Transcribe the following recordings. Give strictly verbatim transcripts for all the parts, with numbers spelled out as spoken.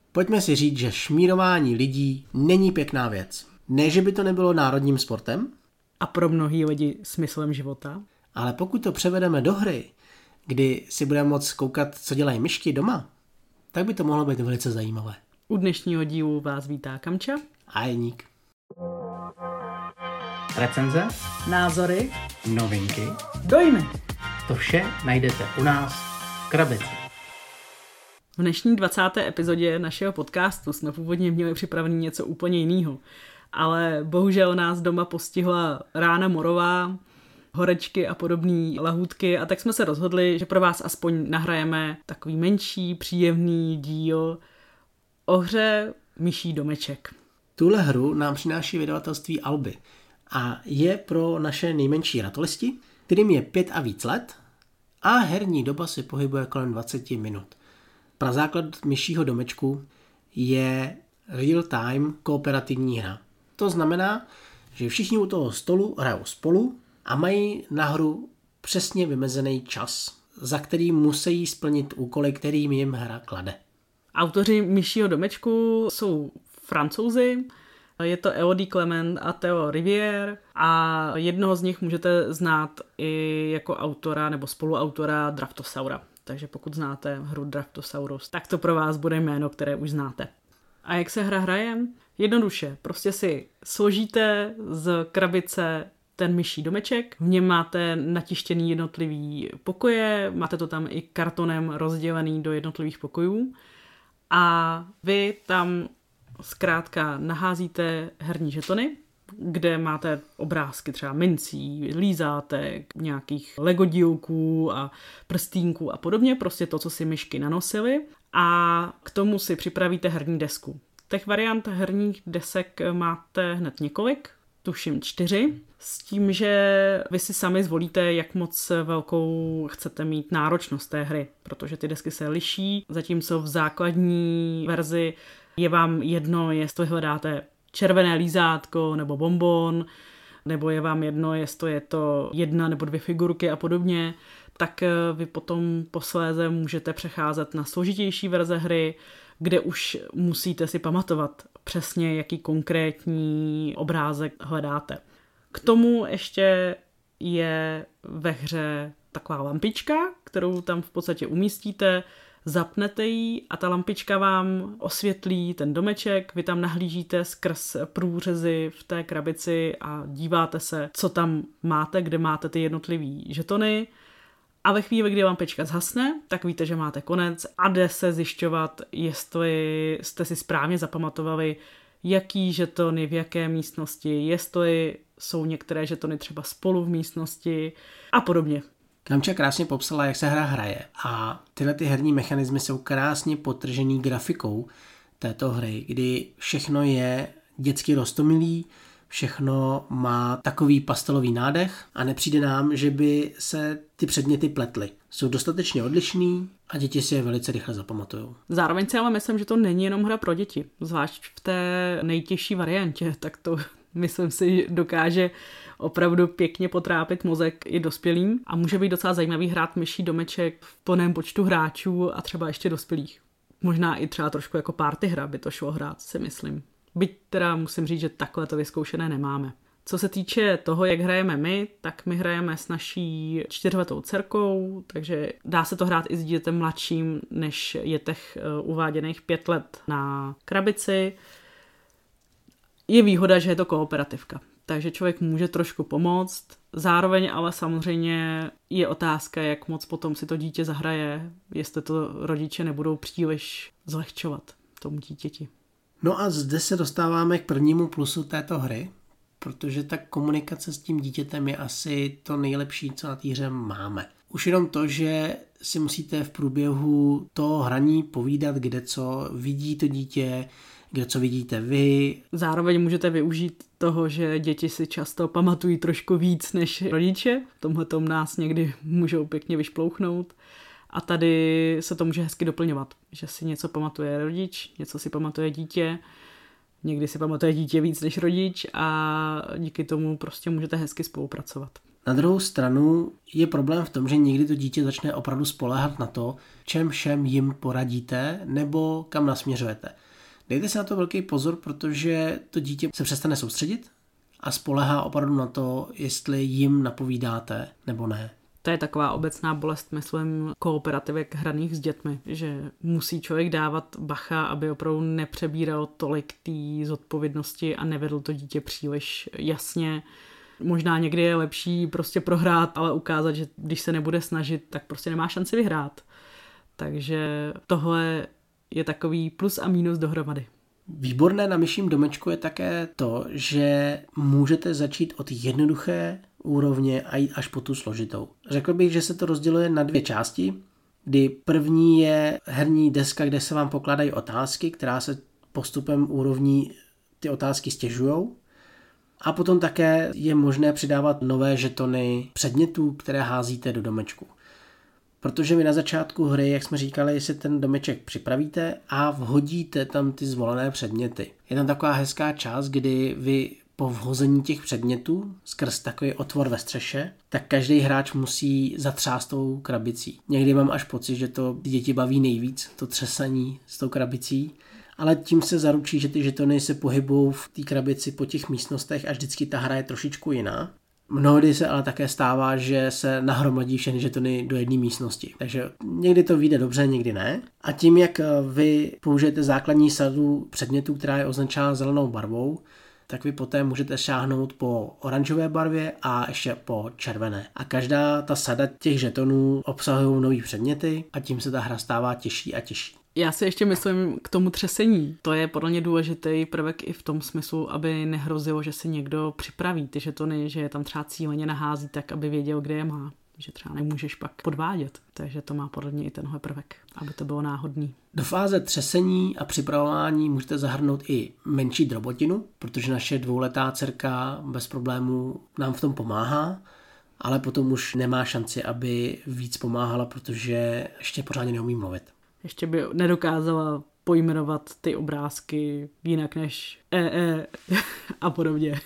Pojďme si říct, že šmírování lidí není pěkná věc. Ne, že by to nebylo národním sportem. A pro mnohý lidi smyslem života. Ale pokud to převedeme do hry, kdy si budeme moct koukat, co dělají myšky doma, tak by to mohlo být velice zajímavé. U dnešního dílu vás vítá Kamča a Jeník. Recenze, názory, novinky, dojmy. To vše najdete u nás v Krabici. V dnešní dvacáté epizodě našeho podcastu jsme původně měli připravený něco úplně jiného, ale bohužel nás doma postihla rána morová, horečky a podobné lahůdky, a tak jsme se rozhodli, že pro vás aspoň nahrajeme takový menší, příjemný díl o hře Myší domeček. Tuhle hru nám přináší vydavatelství Alby a je pro naše nejmenší ratolisti, kterým je pět a víc let, a herní doba se pohybuje kolem dvacet minut. Prazáklad Myšího domečku je real-time kooperativní hra. To znamená, že všichni u toho stolu hrajou spolu a mají na hru přesně vymezený čas, za který musí splnit úkoly, kterým jim hra klade. Autoři Myšího domečku jsou Francouzi, je to Elodie Clement a Theo Rivière, a jednoho z nich můžete znát i jako autora nebo spoluautora Draftosaura. Takže pokud znáte hru Draftosaurus, tak to pro vás bude jméno, které už znáte. A jak se hra hraje? Jednoduše, prostě si složíte z krabice ten myší domeček, v něm máte natištěný jednotlivý pokoje, máte to tam i kartonem rozdělený do jednotlivých pokojů a vy tam zkrátka naházíte herní žetony, kde máte obrázky třeba mincí, lízátek, nějakých legodílků a prstínků a podobně, prostě to, co si myšky nanosily, a k tomu si připravíte herní desku. Těch variant herních desek máte hned několik, tuším čtyři, s tím, že vy si sami zvolíte, jak moc velkou chcete mít náročnost té hry, protože ty desky se liší, zatímco v základní verzi je vám jedno, jestli hledáte červené lízátko nebo bonbon, nebo je vám jedno, jestli je to jedna nebo dvě figurky a podobně, tak vy potom posléze můžete přecházet na složitější verze hry, kde už musíte si pamatovat přesně, jaký konkrétní obrázek hledáte. K tomu ještě je ve hře taková lampička, kterou tam v podstatě umístíte, zapnete ji a ta lampička vám osvětlí ten domeček, vy tam nahlížíte skrz průřezy v té krabici a díváte se, co tam máte, kde máte ty jednotlivý žetony, a ve chvíli, kdy lampička zhasne, tak víte, že máte konec a jde se zjišťovat, jestli jste si správně zapamatovali, jaký žetony v jaké místnosti, jestli jsou některé žetony třeba spolu v místnosti a podobně. Kamča krásně popsala, jak se hra hraje, a tyhle ty herní mechanismy jsou krásně podtržený grafikou této hry, kdy všechno je dětsky roztomilý, všechno má takový pastelový nádech a nepřijde nám, že by se ty předměty pletly. Jsou dostatečně odlišný a děti si je velice rychle zapamatujou. Zároveň si ale myslím, že to není jenom hra pro děti, zvlášť v té nejtěžší variantě, tak to myslím si, dokáže opravdu pěkně potrápit mozek i dospělým a může být docela zajímavý hrát Myší domeček v plném počtu hráčů a třeba ještě dospělých. Možná i třeba trošku jako party hra by to šlo hrát, si myslím. Byť teda musím říct, že takhle to vyzkoušené nemáme. Co se týče toho, jak hrajeme my, tak my hrajeme s naší čtyřletou dcerkou, takže dá se to hrát i s dítětem mladším, než je těch uváděných pět let na krabici. Je výhoda, že je to kooperativka, takže člověk může trošku pomoct, zároveň ale samozřejmě je otázka, jak moc potom si to dítě zahraje, jestli to rodiče nebudou příliš zlehčovat tomu dítěti. No a zde se dostáváme k prvnímu plusu této hry, protože ta komunikace s tím dítětem je asi to nejlepší, co na té hře máme. Už jenom to, že si musíte v průběhu toho hraní povídat, kde co vidí to dítě, kde co vidíte vy. Zároveň můžete využít toho, že děti si často pamatují trošku víc než rodiče. V tomhletom nás někdy můžou pěkně vyšplouchnout. A tady se to může hezky doplňovat, že si něco pamatuje rodič, něco si pamatuje dítě, někdy si pamatuje dítě víc než rodič a díky tomu prostě můžete hezky spolupracovat. Na druhou stranu je problém v tom, že někdy to dítě začne opravdu spoléhat na to, čem všem jim poradíte nebo kam nasměřujete. Dejte si na to velký pozor, protože to dítě se přestane soustředit a spolehá opravdu na to, jestli jim napovídáte nebo ne. To je taková obecná bolest, myslím, kooperativek hraných s dětmi, že musí člověk dávat bacha, aby opravdu nepřebíral tolik té zodpovědnosti a nevedl to dítě příliš jasně. Možná někdy je lepší prostě prohrát, ale ukázat, že když se nebude snažit, tak prostě nemá šanci vyhrát. Takže tohle je takový plus a mínus dohromady. Výborné na myším domečku je také to, že můžete začít od jednoduché úrovně a jít až po tu složitou. Řekl bych, že se to rozděluje na dvě části, kdy první je herní deska, kde se vám pokládají otázky, která se postupem úrovní ty otázky stěžujou. A potom také je možné přidávat nové žetony předmětů, které házíte do domečku. Protože vy na začátku hry, jak jsme říkali, si ten domeček připravíte a vhodíte tam ty zvolené předměty. Je tam taková hezká část, kdy vy po vhození těch předmětů skrz takový otvor ve střeše, tak každý hráč musí zatřást tou krabicí. Někdy mám až pocit, že to děti baví nejvíc, to třesaní s tou krabicí, ale tím se zaručí, že ty žetony se pohybují v té krabici po těch místnostech a vždycky ta hra je trošičku jiná. Mnohdy se ale také stává, že se nahromadí všechny žetony do jedné místnosti. Takže někdy to vyjde dobře, někdy ne. A tím, jak vy použijete základní sadu předmětů, která je označena zelenou barvou, tak vy poté můžete šáhnout po oranžové barvě a ještě po červené. A každá ta sada těch žetonů obsahují nový předměty a tím se ta hra stává těžší a těžší. Já si ještě myslím k tomu třesení. To je podle mě důležitý prvek i v tom smyslu, aby nehrozilo, že si někdo připraví ty žetony, že je tam třeba cíleně nahází tak, aby věděl, kde je má. Že třeba nemůžeš pak podvádět. Takže to má podle mě i tenhle prvek, aby to bylo náhodný. Do fáze třesení a připravování můžete zahrnout i menší drobotinu, protože naše dvouletá dcerka bez problémů nám v tom pomáhá, ale potom už nemá šanci, aby víc pomáhala, protože ještě pořádně neumí mluvit. Ještě by nedokázala pojmenovat ty obrázky jinak než e, e a podobně.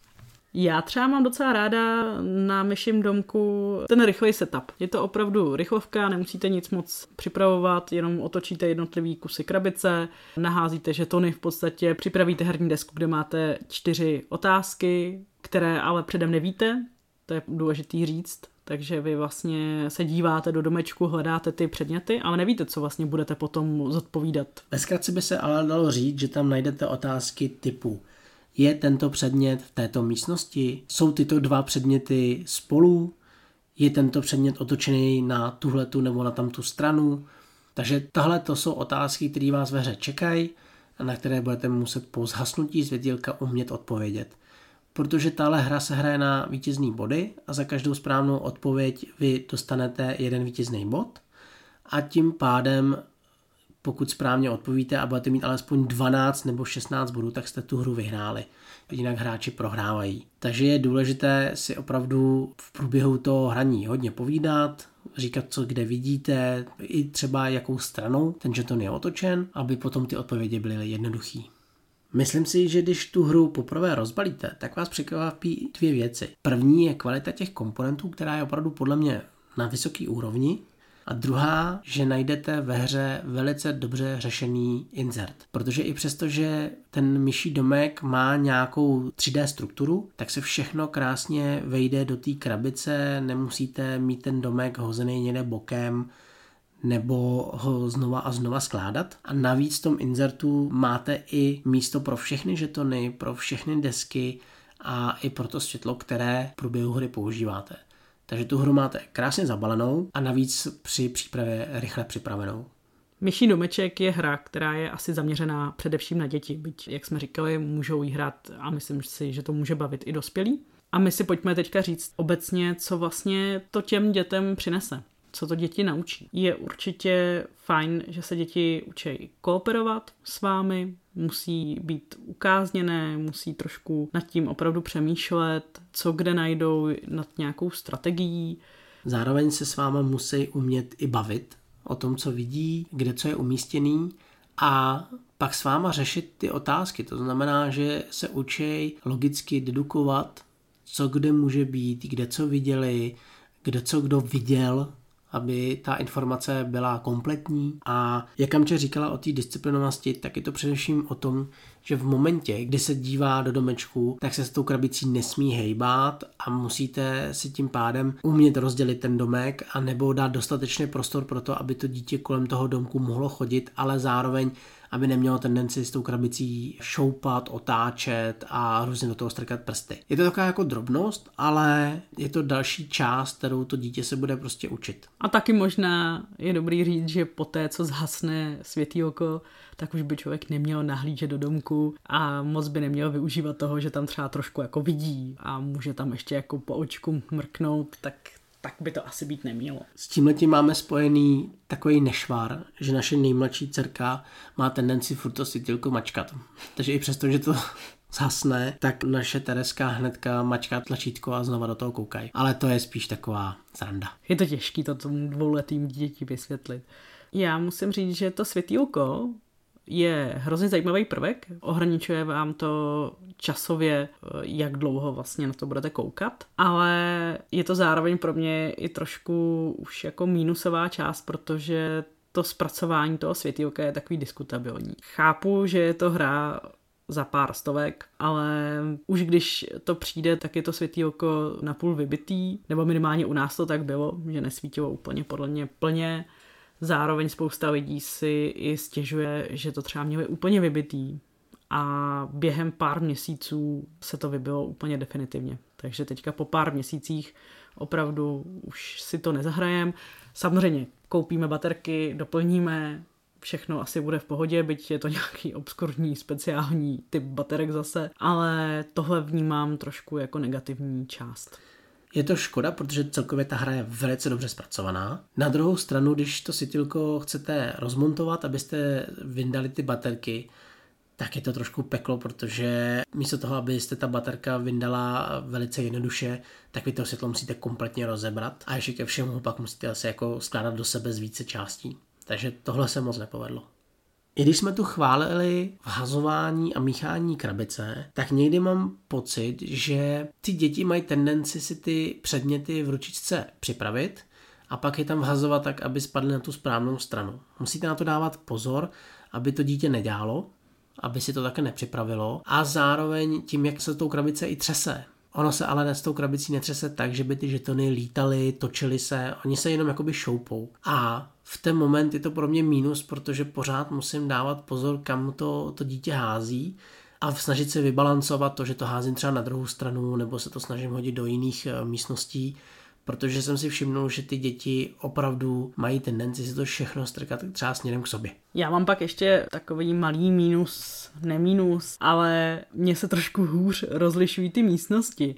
Já třeba mám docela ráda na myším domku ten rychlej setup. Je to opravdu rychlovka, nemusíte nic moc připravovat, jenom otočíte jednotlivý kusy krabice, naházíte žetony v podstatě, připravíte herní desku, kde máte čtyři otázky, které ale předem nevíte, to je důležitý říct. Takže vy vlastně se díváte do domečku, hledáte ty předměty, ale nevíte, co vlastně budete potom zodpovídat. Ve zkratce by se ale dalo říct, že tam najdete otázky typu: je tento předmět v této místnosti? Jsou tyto dva předměty spolu? Je tento předmět otočený na tuhletu nebo na tamtu stranu? Takže tahle to jsou otázky, které vás ve hře čekají a na které budete muset po zhasnutí světýlka umět odpovědět. Protože tahle hra se hraje na vítězný body a za každou správnou odpověď vy dostanete jeden vítězný bod a tím pádem, pokud správně odpovíte a budete mít alespoň dvanáct nebo šestnáct bodů, tak jste tu hru vyhráli. Jinak hráči prohrávají. Takže je důležité si opravdu v průběhu toho hraní hodně povídat, říkat, co kde vidíte, i třeba jakou stranou ten žeton je otočen, aby potom ty odpovědi byly jednoduchý. Myslím si, že když tu hru poprvé rozbalíte, tak vás překvapí dvě věci. První je kvalita těch komponentů, která je opravdu podle mě na vysoké úrovni. A druhá, že najdete ve hře velice dobře řešený insert. Protože i přesto, že ten myší domek má nějakou tři dé strukturu, tak se všechno krásně vejde do té krabice, nemusíte mít ten domek hozený někde bokem, nebo ho znova a znova skládat. A navíc v tom insertu máte i místo pro všechny žetony, pro všechny desky a i pro to světlo, které v průběhu hry používáte. Takže tu hru máte krásně zabalenou a navíc při přípravě rychle připravenou. Myší domeček je hra, která je asi zaměřená především na děti. Byť, jak jsme říkali, můžou jí hrát a myslím si, že to může bavit i dospělí. A my si pojďme teďka říct obecně, co vlastně to těm dětem přinese. Co to děti naučí. Je určitě fajn, že se děti učí kooperovat s vámi, musí být ukázněné, musí trošku nad tím opravdu přemýšlet, co kde najdou, nad nějakou strategií. Zároveň se s váma musí umět i bavit o tom, co vidí, kde co je umístěný a pak s váma řešit ty otázky. To znamená, že se učí logicky dedukovat, co kde může být, kde co viděli, kde co kdo viděl, aby ta informace byla kompletní. A jak Kamče říkala o té disciplinovanosti, tak je to především o tom, že v momentě, kdy se dívá do domečku, tak se s tou krabicí nesmí hejbat a musíte si tím pádem umět rozdělit ten domek a nebo dát dostatečný prostor pro to, aby to dítě kolem toho domku mohlo chodit, ale zároveň aby nemělo tendenci s tou krabicí šoupat, otáčet a různě do toho strkat prsty. Je to taková jako drobnost, ale je to další část, kterou to dítě se bude prostě učit. A taky možná je dobrý říct, že po té, co zhasne světý oko, tak už by člověk neměl nahlížet do domku a moc by neměl využívat toho, že tam třeba trošku jako vidí a může tam ještě jako po očku mrknout, tak tak by to asi být nemělo. S tímhletím máme spojený takový nešvar, že naše nejmladší dcerka má tendenci furt to světýlko mačkat. Takže i přesto, že to zhasne, tak naše Tereska hnedka mačká tlačítko a znova do toho koukají. Ale to je spíš taková sranda. Je to těžký to tomu dvouletým děti vysvětlit. Já musím říct, že to světýlko je hrozně zajímavý prvek, ohraničuje vám to časově, jak dlouho vlastně na to budete koukat, ale je to zároveň pro mě i trošku už jako mínusová část, protože to zpracování toho světýlka je takový diskutabilní. Chápu, že je to hra za pár stovek, ale už když to přijde, tak je to světýlko napůl vybitý, nebo minimálně u nás to tak bylo, že nesvítilo úplně podle mě plně. Zároveň spousta lidí si i stěžuje, že to třeba měli úplně vybitý a během pár měsíců se to vybilo úplně definitivně. Takže teďka po pár měsících opravdu už si to nezahrajem. Samozřejmě koupíme baterky, doplníme, všechno asi bude v pohodě, byť je to nějaký obskurní speciální typ baterek zase, ale tohle vnímám trošku jako negativní část. Je to škoda, protože celkově ta hra je velice dobře zpracovaná. Na druhou stranu, když to světýlko chcete rozmontovat, abyste vyndali ty baterky, tak je to trošku peklo, protože místo toho, abyste ta baterka vyndala velice jednoduše, tak vy to světlo musíte kompletně rozebrat a ještě ke všemu pak musíte asi jako skládat do sebe z více částí. Takže tohle se moc nepovedlo. I když jsme tu chválili vhazování a míchání krabice, tak někdy mám pocit, že ty děti mají tendenci si ty předměty v ručičce připravit a pak je tam vhazovat tak, aby spadly na tu správnou stranu. Musíte na to dávat pozor, aby to dítě nedělalo, aby si to také nepřipravilo a zároveň tím, jak se tou krabice i třese. Ono se ale s tou krabicí netřese tak, že by ty žetony lítaly, točily se, oni se jenom jakoby šoupou. A v ten moment je to pro mě mínus, protože pořád musím dávat pozor, kam to, to dítě hází a snažit se vybalancovat to, že to házím třeba na druhou stranu nebo se to snažím hodit do jiných místností, protože jsem si všimnul, že ty děti opravdu mají tendenci si to všechno strkat třeba směrem k sobě. Já mám pak ještě takový malý mínus, nemínus, ale mně se trošku hůř rozlišují ty místnosti.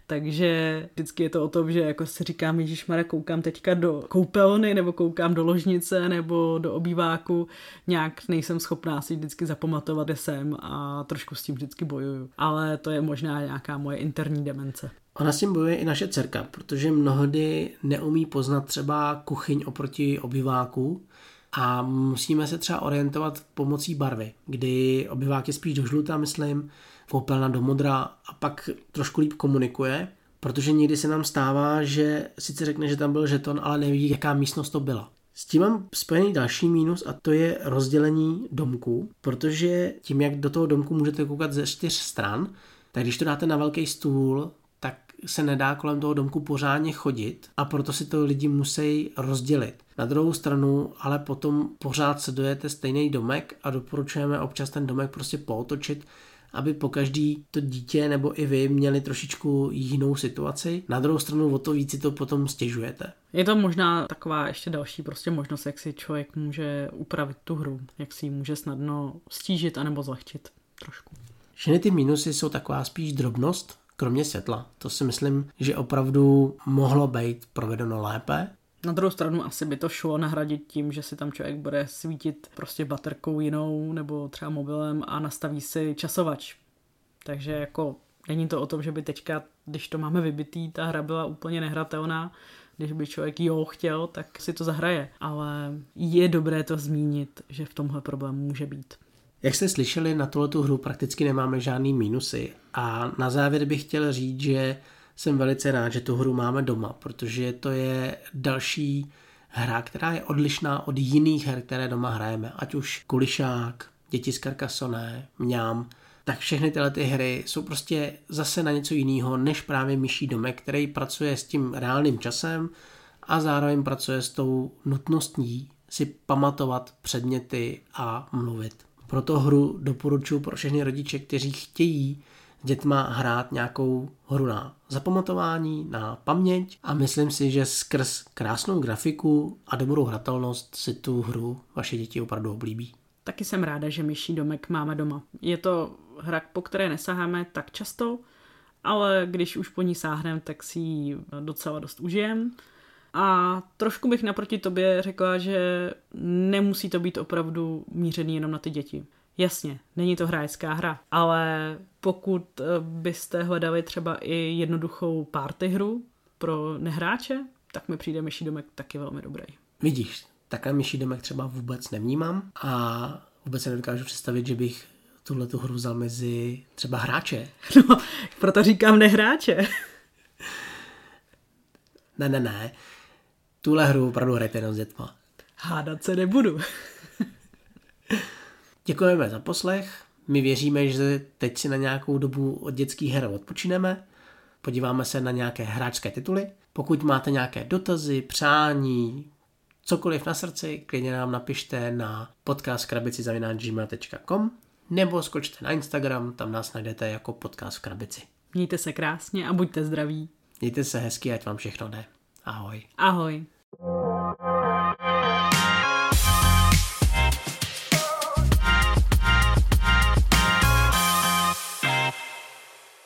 Takže vždycky je to o tom, že jako si říkám, ježišmarja, koukám teďka do koupelny, nebo koukám do ložnice, nebo do obýváku. Nějak nejsem schopná si vždycky zapamatovat, kde jsem a trošku s tím vždycky bojuju. Ale to je možná nějaká moje interní demence. Ona s tím bojuje i naše dcerka, protože mnohdy neumí poznat třeba kuchyň oproti obýváku a musíme se třeba orientovat pomocí barvy, kdy obývák je spíš do žluta, myslím, koupelna do modra a pak trošku líp komunikuje, protože někdy se nám stává, že sice řekne, že tam byl žeton, ale neví, jaká místnost to byla. S tím mám spojený další mínus a to je rozdělení domku, protože tím, jak do toho domku můžete koukat ze čtyř stran, tak když to dáte na velký stůl, tak se nedá kolem toho domku pořádně chodit a proto si to lidi musí rozdělit. Na druhou stranu ale potom pořád sledujete stejný domek a doporučujeme občas ten domek prostě pootočit, aby pokaždý to dítě nebo i vy měli trošičku jinou situaci. Na druhou stranu o to víc si to potom stěžujete. Je to možná taková ještě další prostě možnost, jak si člověk může upravit tu hru, jak si ji může snadno stížit anebo zlehčit trošku. Všechny ty minusy jsou taková spíš drobnost, kromě světla. To si myslím, že opravdu mohlo být provedeno lépe. Na druhou stranu asi by to šlo nahradit tím, že si tam člověk bude svítit prostě baterkou jinou nebo třeba mobilem a nastaví si časovač. Takže jako není to o tom, že by teďka, když to máme vybitý, ta hra byla úplně nehratelná. Když by člověk jo chtěl, tak si to zahraje. Ale je dobré to zmínit, že v tomhle problém může být. Jak jste slyšeli, na tuhletu hru prakticky nemáme žádný mínusy a na závěr bych chtěl říct, že jsem velice rád, že tu hru máme doma, protože to je další hra, která je odlišná od jiných her, které doma hrajeme. Ať už Kulišák, Děti z Carcassonne, Mňam, tak všechny tyhle ty hry jsou prostě zase na něco jiného, než právě Myší domek, který pracuje s tím reálným časem a zároveň pracuje s tou nutností si pamatovat předměty a mluvit. Proto hru doporučuji pro všechny rodiče, kteří chtějí s dětma hrát nějakou hru na zapamatování, na paměť a myslím si, že skrz krásnou grafiku a dobrou hratelnost si tu hru vaše děti opravdu oblíbí. Taky jsem ráda, že Myší domek máme doma. Je to hra, po které nesaháme tak často, ale když už po ní sáhneme, tak si ji docela dost užijem. A trošku bych naproti tobě řekla, že nemusí to být opravdu mířený jenom na ty děti. Jasně, není to hráčská hra, ale pokud byste hledali třeba i jednoduchou party hru pro nehráče, tak mi přijde Myší domek taky velmi dobrý. Vidíš, takhle Myší domek třeba vůbec nevnímám a vůbec se nedokážu představit, že bych tuhletu hru vzal mezi třeba hráče. No, proto říkám nehráče. Ne, ne, ne. Tuhle hru opravdu hrajte jenom s dětma. Hádat se nebudu. Děkujeme za poslech. My věříme, že teď si na nějakou dobu od dětských her odpočineme. Podíváme se na nějaké hráčské tituly. Pokud máte nějaké dotazy, přání, cokoliv na srdci, klidně nám napište na podcast krabici zavináč gmail tečka com nebo skočte na Instagram, tam nás najdete jako podcast v krabici. Mějte se krásně a buďte zdraví. Mějte se hezky, ať vám všechno jde. Ahoj. Ahoj.